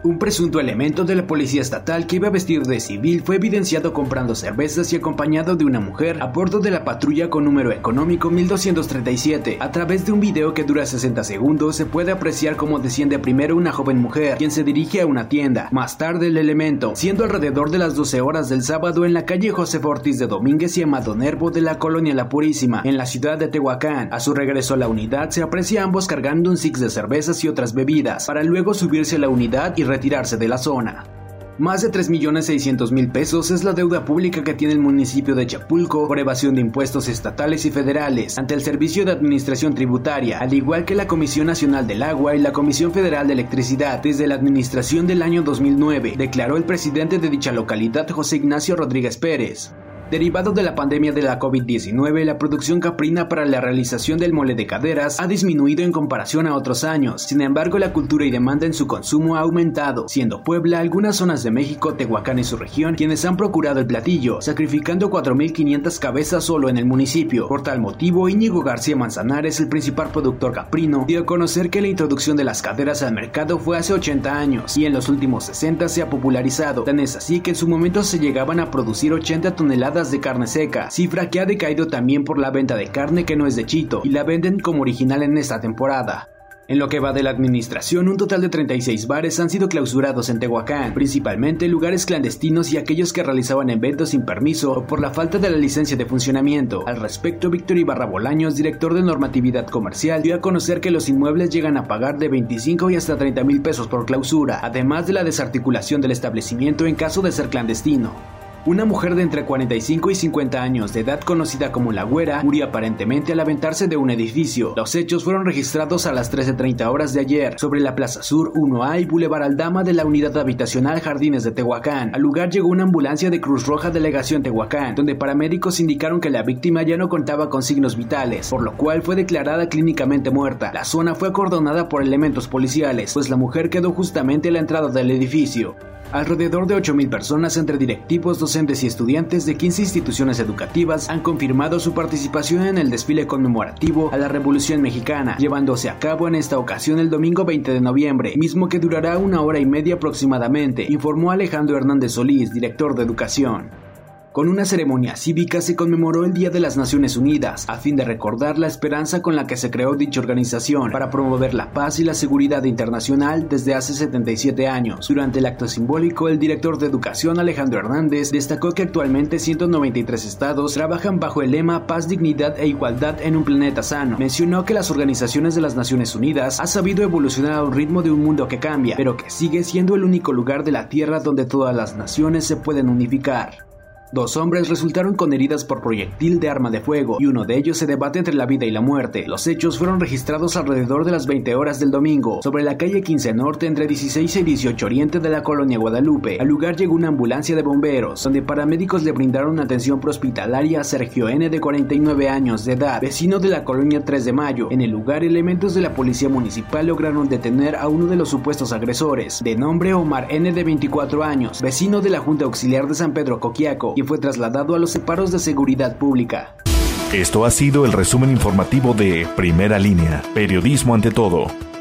Un presunto elemento de la policía estatal que iba vestido de civil fue evidenciado comprando cervezas y acompañado de una mujer a bordo de la patrulla con número económico 1237. A través de un video que dura 60 segundos se puede apreciar cómo desciende primero una joven mujer, quien se dirige a una tienda. Más tarde el elemento, siendo alrededor de las 12 horas del sábado en la calle José Ortiz de Domínguez y Amado Nervo de la colonia La Purísima, en la ciudad de Tehuacán. A su regreso a la unidad se aprecia a ambos cargando un six de cervezas y otras bebidas, para luego subirse a la unidad y retirarse de la zona. Más de 3.600.000 pesos es la deuda pública que tiene el municipio de Chapulco por evasión de impuestos estatales y federales ante el Servicio de Administración Tributaria, al igual que la Comisión Nacional del Agua y la Comisión Federal de Electricidad. Desde la administración del año 2009, declaró el presidente de dicha localidad, José Ignacio Rodríguez Pérez. Derivado de la pandemia de la COVID-19, la producción caprina para la realización del mole de caderas ha disminuido en comparación a otros años. Sin embargo, la cultura y demanda en su consumo ha aumentado, siendo Puebla, algunas zonas de México, Tehuacán y su región quienes han procurado el platillo, sacrificando 4.500 cabezas solo en el municipio. Por tal motivo, Íñigo García Manzanares, el principal productor caprino, dio a conocer que la introducción de las caderas al mercado fue hace 80 años y en los últimos 60 se ha popularizado. Tan es así que en su momento se llegaban a producir 80 toneladas de carne seca, cifra que ha decaído también por la venta de carne que no es de chito y la venden como original en esta temporada. En lo que va de la administración, un total de 36 bares han sido clausurados en Tehuacán, principalmente lugares clandestinos y aquellos que realizaban eventos sin permiso o por la falta de la licencia de funcionamiento. Al respecto, Víctor Ibarra Bolaños, director de normatividad comercial, dio a conocer que los inmuebles llegan a pagar de 25 y hasta 30,000 pesos por clausura, además de la desarticulación del establecimiento en caso de ser clandestino. Una mujer de entre 45 y 50 años de edad, conocida como La Güera, murió aparentemente al aventarse de un edificio. Los hechos fueron registrados a las 13:30 horas de ayer, sobre la Plaza Sur 1A y Boulevard Aldama de la unidad habitacional Jardines de Tehuacán. Al lugar llegó una ambulancia de Cruz Roja Delegación Tehuacán, donde paramédicos indicaron que la víctima ya no contaba con signos vitales, por lo cual fue declarada clínicamente muerta. La zona fue acordonada por elementos policiales, pues la mujer quedó justamente a la entrada del edificio. Alrededor de 8,000 personas entre directivos, docentes y estudiantes de 15 instituciones educativas han confirmado su participación en el desfile conmemorativo a la Revolución Mexicana, llevándose a cabo en esta ocasión el domingo 20 de noviembre, mismo que durará 1 hora y media aproximadamente, informó Alejandro Hernández Solís, director de Educación. Con una ceremonia cívica se conmemoró el Día de las Naciones Unidas, a fin de recordar la esperanza con la que se creó dicha organización para promover la paz y la seguridad internacional desde hace 77 años. Durante el acto simbólico, el director de Educación, Alejandro Hernández, destacó que actualmente 193 estados trabajan bajo el lema Paz, Dignidad e Igualdad en un planeta sano. Mencionó que las organizaciones de las Naciones Unidas han sabido evolucionar a un ritmo de un mundo que cambia, pero que sigue siendo el único lugar de la Tierra donde todas las naciones se pueden unificar. 2 hombres resultaron con heridas por proyectil de arma de fuego y uno de ellos se debate entre la vida y la muerte. Los hechos fueron registrados alrededor de las 20 horas del domingo, sobre la calle 15 Norte entre 16 y 18 Oriente de la colonia Guadalupe. Al lugar llegó una ambulancia de bomberos, donde paramédicos le brindaron atención prehospitalaria a Sergio N. de 49 años de edad, vecino de la colonia 3 de Mayo. En el lugar, elementos de la policía municipal lograron detener a uno de los supuestos agresores, de nombre Omar N. de 24 años, vecino de la Junta Auxiliar de San Pedro Coquiaco, y fue trasladado a los separos de seguridad pública. Esto ha sido el resumen informativo de Primera Línea, periodismo ante todo.